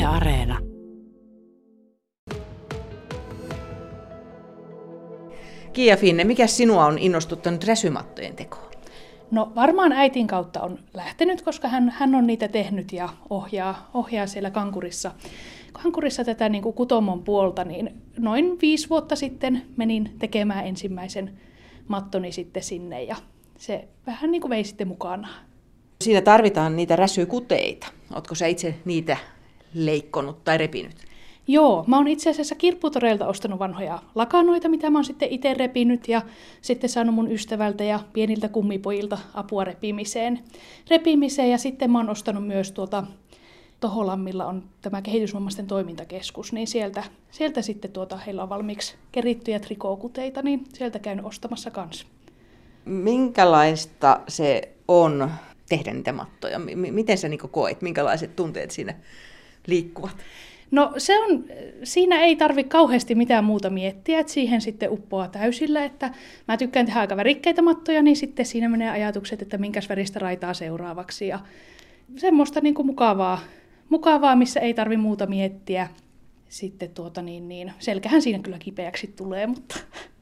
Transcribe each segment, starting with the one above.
Areena. Kiia Finne, mikä sinua on innostuttanut räsymattojen tekoon? No varmaan äitin kautta on lähtenyt, koska hän on niitä tehnyt ja ohjaa siellä Kankurissa tätä niin kuin kutomon puolta, niin noin 5 vuotta sitten menin tekemään ensimmäisen mattoni sitten sinne ja se vähän niin kuin vei sitten mukanaan. Siinä tarvitaan niitä räsykuteita. Oletko sä itse niitä leikkonut tai repinyt? Joo, mä oon itse asiassa Kirpputoreilta ostanut vanhoja lakanoita, mitä mä oon sitten itse repinyt ja sitten saanut mun ystävältä ja pieniltä kummipojilta apua repimiseen ja sitten mä oon ostanut myös Toholammilla on tämä kehitysvammaisten toimintakeskus, niin sieltä sitten heillä on valmiiksi kerittyjä trikookuteita, niin sieltä käyn ostamassa kanssa. Minkälaista se on tehdä niitä mattoja? Miten sä koet? Minkälaiset tunteet siinä liikkuvat? No siinä ei tarvitse kauheasti mitään muuta miettiä, että siihen sitten uppoaa täysillä, että mä tykkään tehdä aika värikkäitä mattoja, niin sitten siinä menee ajatukset, että minkäs väristä raitaa seuraavaksi ja semmoista niin kuin mukavaa, missä ei tarvitse muuta miettiä. Sitten selkähän siinä kyllä kipeäksi tulee, mutta...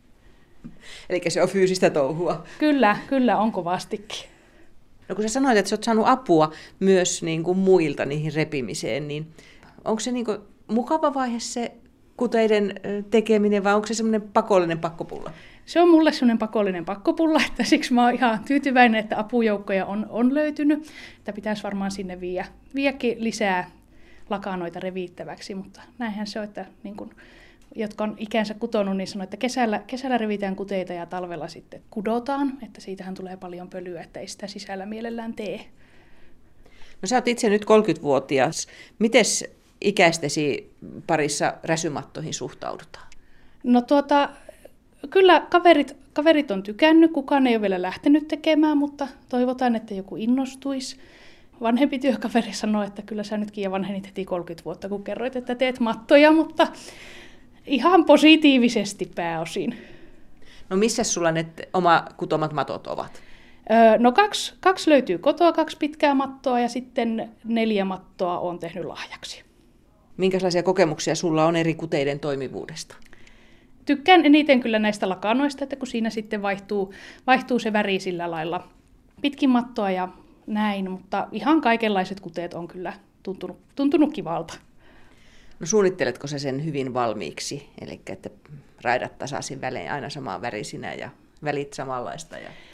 Eli se on fyysistä touhua. Kyllä on kovastikin. No kun sä sanoit, että sä oot saanut apua myös niin kuin muilta niihin repimiseen, niin onko se niin kuin mukava vaihe se kuteiden tekeminen vai onko se semmoinen pakollinen pakkopulla? Se on mulle semmoinen pakollinen pakkopulla, että siksi mä oon ihan tyytyväinen, että apujoukkoja on löytynyt. Että pitäisi varmaan sinne viedäkin lisää lakanoita reviittäväksi, mutta näinhän se on, että niin kun, jotka on ikänsä kutonut, niin sanoo, että kesällä revitään kuteita ja talvella sitten kudotaan, että siitähän tulee paljon pölyä, että ei sitä sisällä mielellään tee. No sä oot itse nyt 30-vuotias. Mites ikäistesi parissa räsymattoihin suhtaudutaan? No kyllä kaverit on tykännyt, kukaan ei ole vielä lähtenyt tekemään, mutta toivotaan, että joku innostuisi. Vanhempi työkaveri sanoi, että kyllä sä nytkin ja vanhenit heti 30 vuotta, kun kerroit, että teet mattoja, mutta ihan positiivisesti pääosin. No missä sulla ne oma kutomat matot ovat? No kaksi löytyy kotoa, 2 pitkää mattoa ja sitten 4 mattoa olen tehnyt lahjaksi. Minkälaisia kokemuksia sulla on eri kuteiden toimivuudesta? Tykkään eniten kyllä näistä lakanoista, että kun siinä sitten vaihtuu se väri sillä lailla pitkin mattoa ja näin, mutta ihan kaikenlaiset kuteet on kyllä tuntunut kivalta. No suunnitteletko sä sen hyvin valmiiksi, eli että raidat tasaisin välein aina samaan värisinä ja välit samanlaista?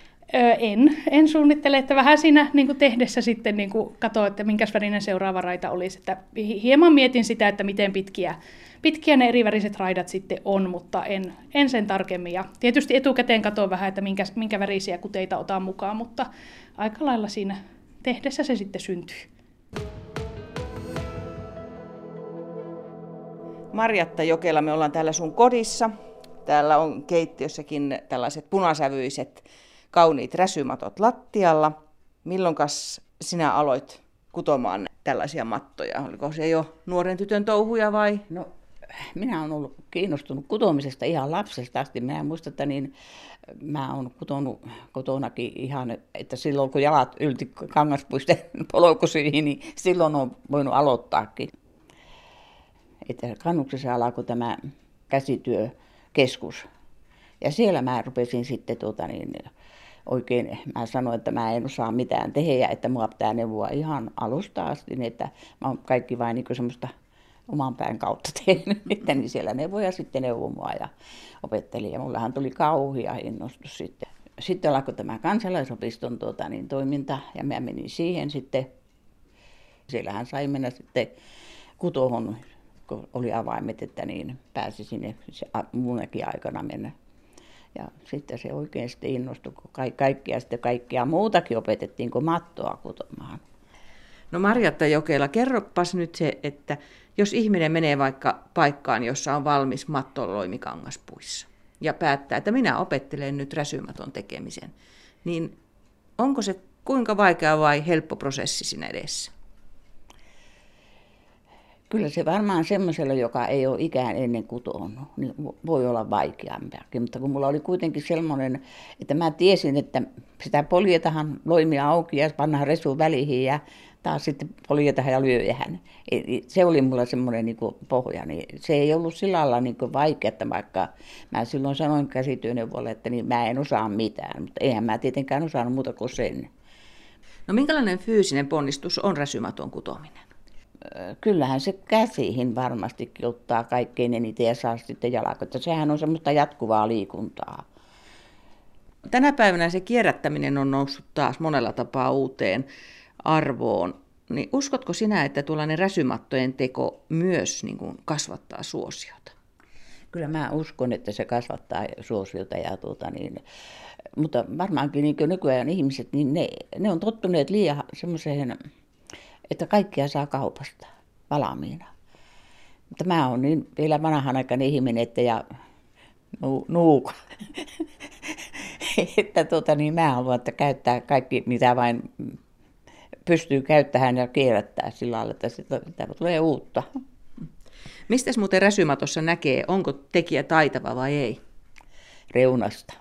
En suunnittele, että vähän siinä niin kuin tehdessä sitten niin kuin katsoa, että minkäs värinen seuraava raita olisi. Että hieman mietin sitä, että miten pitkiä ne eri väriset raidat sitten on, mutta en sen tarkemmin. Ja tietysti etukäteen katson vähän, että minkä värisiä kuteita otan mukaan, mutta aika lailla siinä tehdessä se sitten syntyy. Marjatta Jokela, me ollaan täällä sun kodissa. Täällä on keittiössäkin tällaiset punasävyiset kauniit räsymatot lattialla. Milloinkas sinä aloit kutomaan tällaisia mattoja? Oliko se jo nuoren tytön touhuja vai? No, minä olen ollut kiinnostunut kutomisesta ihan lapsesta asti. Minä muistan, että mä olen kutonut kotonakin ihan, että silloin kun jalat ylti kangaspuisten polkusyihin, niin silloin on voinut aloittaakin. Että Kannuksessa alkoi tämä käsityökeskus. Ja siellä mä rupesin sitten oikein, mä sanoin, että mä en osaa mitään tehdä, että mua pitää neuvoa ihan alusta asti, niin että mä oon kaikki vain niin semmoista oman pään kautta tehnyt, että niin siellä neuvoja sitten neuvoi mua ja opetteli. Ja mullahan tuli kauhea innostus sitten. Sitten alkoi tämä kansalaisopiston toiminta ja mä menin siihen sitten. Siellähän sai mennä sitten kutohon, kun oli avaimet, että niin pääsi sinne muunakin aikana mennä. Ja sitten se oikein sitten innostui, kun kaikkea muutakin opetettiin kuin mattoa kutomaan. No Marjatta Jokela, kerropas nyt se, että jos ihminen menee vaikka paikkaan, jossa on valmis matto loimikangaspuissa ja päättää, että minä opettelen nyt räsymaton tekemisen, niin onko se kuinka vaikea vai helppo prosessi siinä edessä? Kyllä se varmaan semmoisella, joka ei ole ikään ennen kutonut, niin voi olla vaikeampaakin. Mutta kun mulla oli kuitenkin semmoinen, että mä tiesin, että sitä poljetahan loimia auki ja pannaan resu väliin ja taas sitten poljetaan ja lyödään. Se oli mulla semmoinen niin pohja, niin se ei ollut sillä lailla niin vaikeaa, vaikka mä silloin sanoin käsityöneuvolle, että niin mä en osaa mitään, mutta eihän mä tietenkään osannut muuta kuin sen. No minkälainen fyysinen ponnistus on räsymaton kutominen? Kyllähän se käsiin varmastikin ottaa kaikkein eniten ja saa sitten jalkoita. Sehän on semmoista jatkuvaa liikuntaa. Tänä päivänä se kierrättäminen on noussut taas monella tapaa uuteen arvoon. Niin uskotko sinä, että tuollainen räsymattojen teko myös niin kuin kasvattaa suosiota? Kyllä mä uskon, että se kasvattaa suosiota. Mutta varmaankin niin nykyään ihmiset, niin ne on tottuneet liian semmoiseen, että kaikkia saa kaupasta valmiina. Mutta mä oon niin vielä vanhanaikainen ihminen, että nuuka. että mä haluan, että käyttää kaikki, mitä vain pystyy käyttämään ja kierrättää sillä lailla, että sitä tulee uutta. Mistäs muuten räsymatossa näkee, onko tekijä taitava vai ei? Reunasta.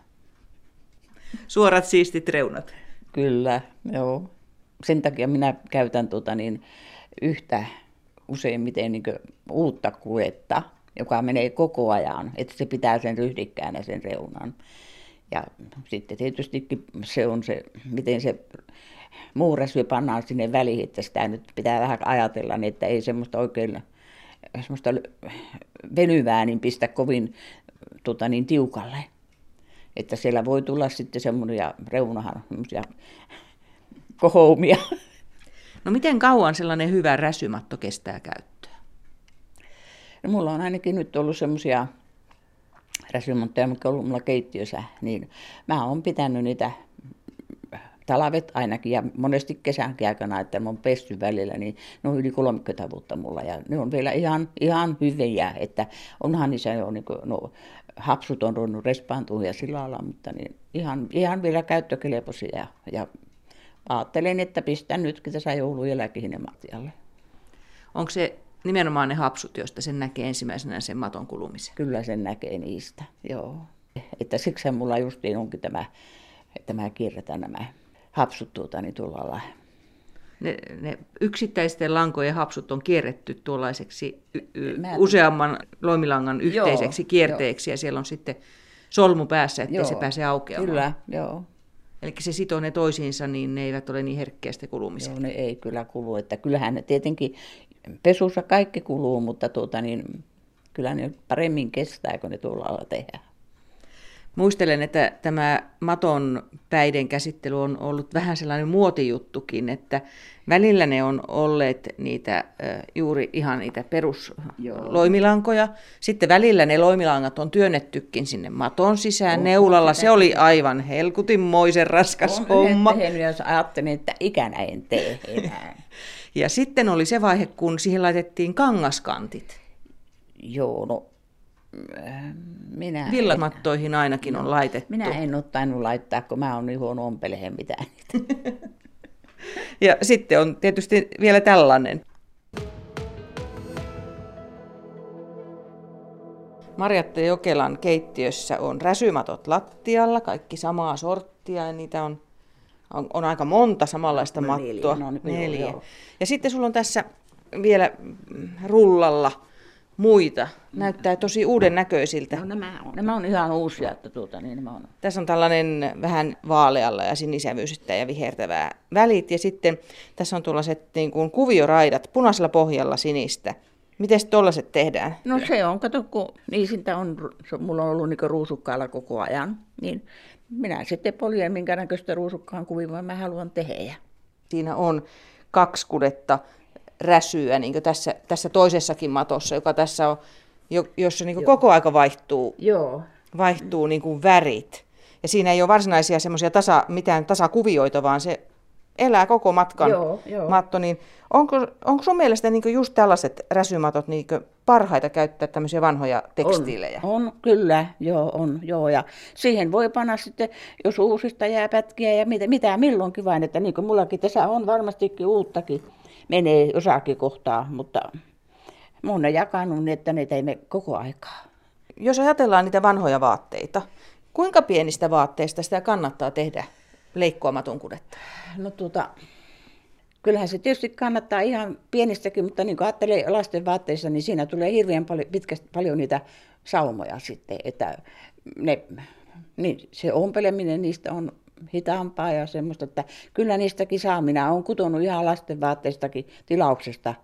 Suorat siistit reunat. Kyllä, joo. Sen takia minä käytän yhtä useimmiten uutta kuetta, joka menee koko ajan, että se pitää sen ryhdikkäänä sen reunan. Ja sitten tietystikin se on se, miten se muu räsy pannaan sinne väliin, että sitä nyt pitää vähän ajatella, niin että ei semmoista oikein semmoista venyvää niin pistä kovin tiukalle. Että siellä voi tulla sitten semmoinen reunahan semmoisia kohoumia. No miten kauan sellainen hyvä räsymatto kestää käyttöä? No, mulla on ainakin nyt ollut semmoisia räsymattoja, mitkä on ollut mulla keittiössä, niin mä oon pitänyt niitä talvet ainakin ja monesti kesänkin aikana, että mä oon pesty välillä, niin ne on yli 30 vuotta mulla ja ne on vielä ihan hyviä, että onhan niissä jo hapsut on ruvennut respaantua ja sillä lailla, mutta niin ihan vielä käyttökelpoisia ja ajattelen, että pistän nytkin tässä joulun jälkeen ne matjalle. Onko se nimenomaan ne hapsut, joista sen näkee ensimmäisenä sen maton kulumisen? Kyllä sen näkee niistä, joo. Että siksi mulla justiin onkin tämä, että mä kierrätän nämä hapsut tuolla lailla. Ne yksittäisten lankojen hapsut on kierretty tuollaiseksi useamman loimilangan yhteiseksi kierteeksi ja siellä on sitten solmu päässä, ettei se pääse aukeamaan. Kyllä, joo. Eli se sitoo ne toisiinsa, niin ne eivät ole niin herkkiä sitten kulumiseen. Joo, ne ei kyllä kulu. Että kyllähän ne tietenkin pesussa kaikki kuluu, mutta kyllä ne paremmin kestää, kun ne tuolla lailla tehdään. Muistelen, että tämä maton päiden käsittely on ollut vähän sellainen muotijuttukin, että välillä ne on olleet niitä juuri ihan niitä perusloimilankoja. Sitten välillä ne loimilangat on työnnettykin sinne maton sisään neulalla. Se oli aivan helkutinmoisen raskas homma. Olen jos ajattelin, että ikänä en tee enää. Ja sitten oli se vaihe, kun siihen laitettiin kangaskantit. Joo, no villamattoihin ainakin on laitettu. Minä en ole tainnut laittaa, kun mä oon niin huono ompelemaan mitään niitä. Ja sitten on tietysti vielä tällainen. Marjatta Jokelan keittiössä on räsymatot lattialla, kaikki samaa sorttia ja niitä on aika monta samanlaista mattoa. Neljä. Ja sitten sulla on tässä vielä rullalla muita. Näyttää tosi uuden näköisiltä. No, nämä on ihan uusia. Että nämä on. Tässä on tällainen vähän vaalealla ja sinisävyistä ja vihertävää välit. Ja sitten tässä on tuollaiset niin kuin kuvioraidat punaisella pohjalla sinistä. Miten tuollaiset tehdään? No se on, kato kun niisintä mulla on ollut niin ruusukkaalla koko ajan. Niin minä sitten poljen minkä näköistä ruusukkaan kuvia mä haluan tehdä. Siinä on 2 kudetta räsyä, niin kuin tässä toisessakin matossa, joka tässä on, jossa niin kuin koko aika vaihtuu niin kuin värit. Ja siinä ei ole varsinaisia semmoisia mitään tasakuvioita, vaan se elää koko matkan matto. Niin onko sun mielestä niin kuin just tällaiset räsymatot niin kuin parhaita käyttää tämmöisiä vanhoja tekstiilejä? On kyllä, joo. Ja siihen voi panna sitten, jos uusista jää pätkiä ja mitä milloinkin vain, että niin kuin mullakin tässä on varmastikin uuttakin. Menee jossakin kohtaa, mutta mun on jakanut, että ne teimme koko aikaa. Jos ajatellaan niitä vanhoja vaatteita, kuinka pienistä vaatteista sitä kannattaa tehdä leikkoamaton kudetta? No Kyllähän se tietysti kannattaa ihan pienistäkin, mutta niin kuin ajattelee lasten vaatteissa, niin siinä tulee hirveän paljon niitä saumoja sitten. Että niin se ompeleminen niistä on hitaampaa ja semmoista, että kyllä niistäkin saa. Minä olen kutonut ihan lasten vaatteistakin tilauksesta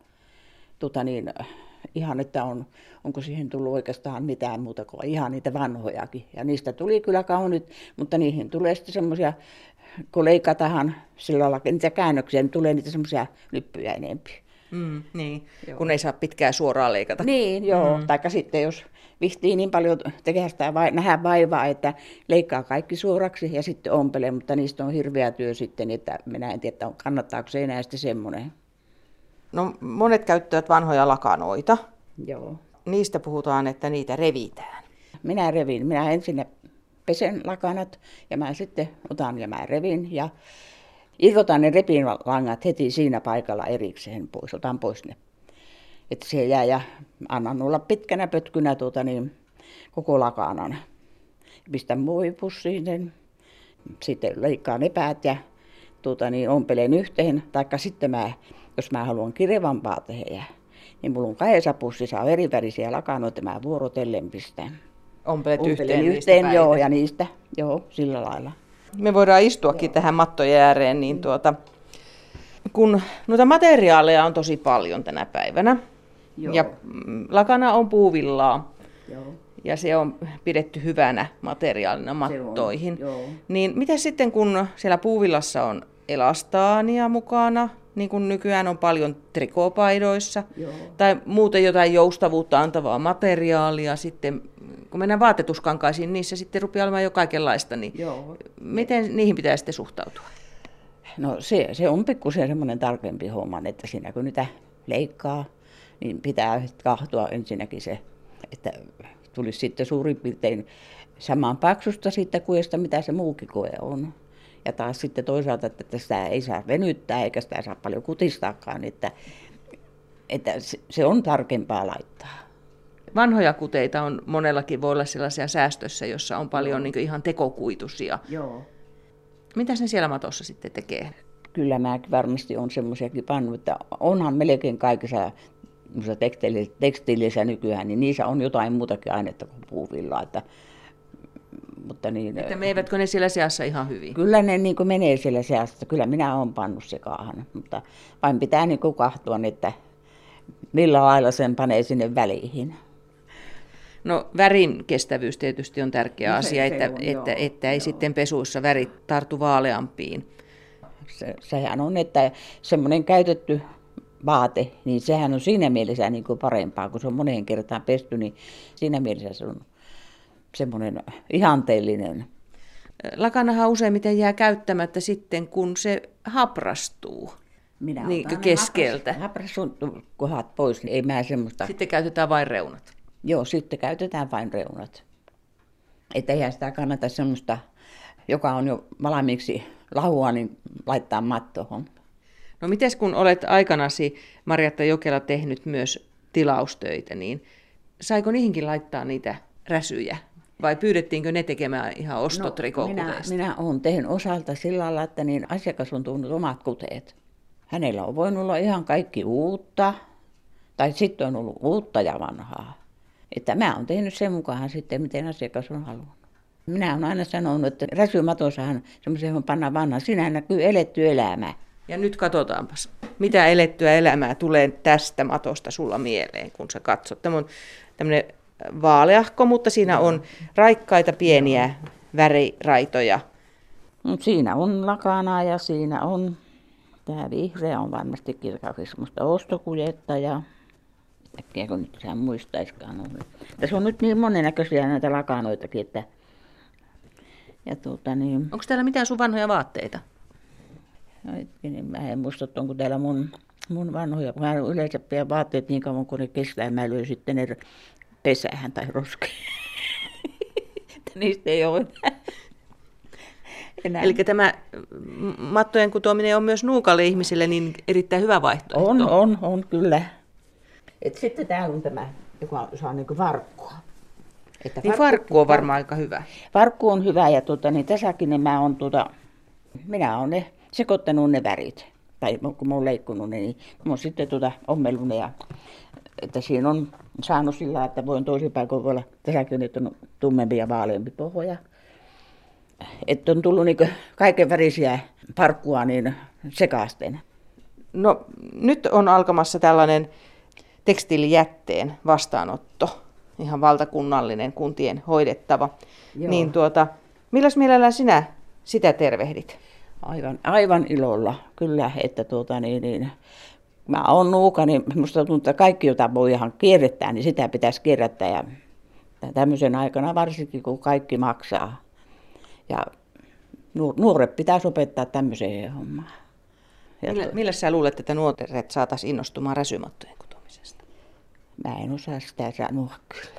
ihan, että onko siihen tullut oikeastaan mitään muuta kuin ihan niitä vanhojakin. Ja niistä tuli kyllä kaunit, mutta niihin tulee sitten semmoisia, kun leikataan sillä lailla, niitä käännöksiä, niin tulee niitä semmoisia lyppyjä enempi. Niin, kun ei saa pitkää suoraan leikata. Niin, joo. Taikka sitten jos vihtii niin paljon tekee sitä nähdä vaivaa, että leikkaa kaikki suoraksi ja sitten ompelee, mutta niistä on hirveä työ sitten, että minä en tiedä, kannattaako se enää sitten semmoinen. No monet käyttävät vanhoja lakanoita. Joo. Niistä puhutaan, että niitä revitään. Minä revin. Minä ensin pesen lakanat ja mä sitten otan ja mä revin ja irrotan ne repinlangat heti siinä paikalla erikseen pois. Otan pois ne. Että se jää ja annan olla pitkänä pötkynä koko lakanan. Pistän muovipussiin sen. Sitten leikkaan ne päät ja ompelen yhteen. Taikka sitten jos mä haluan kirevampaa tehdä, niin mulla on kahdessa pussissa erivärisiä lakanoita, mä vuorotellen pistän. Ompelet yhteen joo, ja niistä, joo, sillä lailla. Me voidaan istuakin tähän mattojen ääreen, niin kun noita materiaaleja on tosi paljon tänä päivänä, ja lakana on puuvillaa, ja se on pidetty hyvänä materiaalina mattoihin, niin mitä sitten kun siellä puuvillassa on elastaania mukana, niin kuin nykyään on paljon trikopaidoissa, tai muuten jotain joustavuutta antavaa materiaalia, sitten kun mennään vaatetuskankaisiin, niissä sitten rupeaa olemaan jo kaikenlaista, niin miten niihin pitää sitten suhtautua? No se on pikkusen semmoinen tarkempi homma, että siinä kun niitä leikkaa, niin pitää kahtoa ensinnäkin se, että tulisi sitten suurin piirtein saman paksusta siitä kuesta, mitä se muukin koe on. Ja taas sitten toisaalta, että sitä ei saa venyttää eikä sitä saa paljon kutistaakaan, että se on tarkempaa laittaa. Vanhoja kuteita on monellakin, voi olla sellaisia säästössä, jossa on paljon niin ihan tekokuitusia. Joo. Mitäs ne siellä matossa sitten tekee? Kyllä mä varmasti on semmoisiakin pannut, että onhan melkein kaikissa tekstiilissä nykyään, niin niissä on jotain muutakin ainetta kuin puuvillaa. Että meivätkö ne siellä seassa ihan hyvin? Kyllä ne niin menee siellä seassa. Kyllä minä olen pannut sekaahan, mutta vain pitää niin katsoa, että millä lailla sen panee sinne väliin. No värin kestävyys tietysti on tärkeä asia, että ei joo. Sitten pesuissa värit tartu vaaleampiin. Sehän on, että semmoinen käytetty vaate, niin sehän on siinä mielessä niin kuin parempaa, kun se on moneen kertaan pesty, niin siinä mielessä se on semmoinen ihanteellinen. Lakanahan useimmiten jää käyttämättä sitten, kun se haprastuu keskeltä. Haprastut kohdat pois, niin ei mä semmoista. Sitten käytetään vain reunat. Joo, sitten käytetään vain reunat. Että eihän sitä kannata semmoista, joka on jo valmiiksi lahua, niin laittaa mattoon. No mites kun olet aikanasi, Marjatta Jokela, tehnyt myös tilaustöitä, niin saiko niihinkin laittaa niitä räsyjä? Vai pyydettiinkö ne tekemään ihan ostotrikokuteista? Minä olen tehnyt osalta sillä lailla, että asiakas on tuonut omat kuteet. Hänellä on voinut olla ihan kaikki uutta, tai sitten on ollut uutta ja vanhaa. Että mä oon tehnyt sen mukaan sitten, miten asiakas on halunnut. Minä olen aina sanonut, että räsymatossahan semmoisen pannaan vanha, siinähän näkyy eletty elämä. Ja nyt katsotaanpas, mitä elettyä elämää tulee tästä matosta sulla mieleen, kun sä katsot. Tämä on tämmöinen vaaleahko, mutta siinä on raikkaita pieniä väriraitoja. Siinä on lakanaa ja siinä on, tämä vihreä on varmasti kirkkaasti semmoista ostokujetta ja äkkiä kun nyt sehän muistaisikaan. Tässä on nyt niin monennäköisiä näitä lakanoitakin, että ja Onko täällä mitään sun vanhoja vaatteita? Mä en muista, että onko täällä mun vanhoja. Mä yleensä pidän vaatteet niin kauan kun ne kestää. Mä lyön sitten ne pesään tai roskiin. Niistä ei ole enää. Eli tämä mattojen kutominen on myös nuukalle ihmisille niin erittäin hyvä vaihtoehto. On kyllä. Et sitten täällä on tämä, joka saa niin kuin varkkua. Että farkku on varmaan aika hyvä. Farkku on hyvä ja tässäkin minä olen ne sekoittanut ne värit. tai kun mä oon leikkunut, niin mä oon sitten ommellut ja että siinä on saanut sillä, että voin toisin paikoin voi olla tässäkin, että on tummempi ja vaaleampi pohja. Että on tullut niin kaiken värisiä parkkua niin sekaasten. No nyt on alkamassa tällainen tekstiilijätteen vastaanotto, ihan valtakunnallinen kuntien hoidettava. Joo. Niin milläs mielellä sinä sitä tervehdit? Aivan ilolla, kyllä, että mä oon nuuka, niin musta tuntuu, että kaikki, jota voi ihan kierrättää, niin sitä pitäisi kierrättää. Ja tämmöisen aikana varsinkin, kun kaikki maksaa. Ja nuoret pitäisi opettaa tämmöiseen hommaan. Millä sä luulet, että nuoret saataisiin innostumaan räsymattojen kutomisesta? Mä en osaa sitä sanoa kyllä.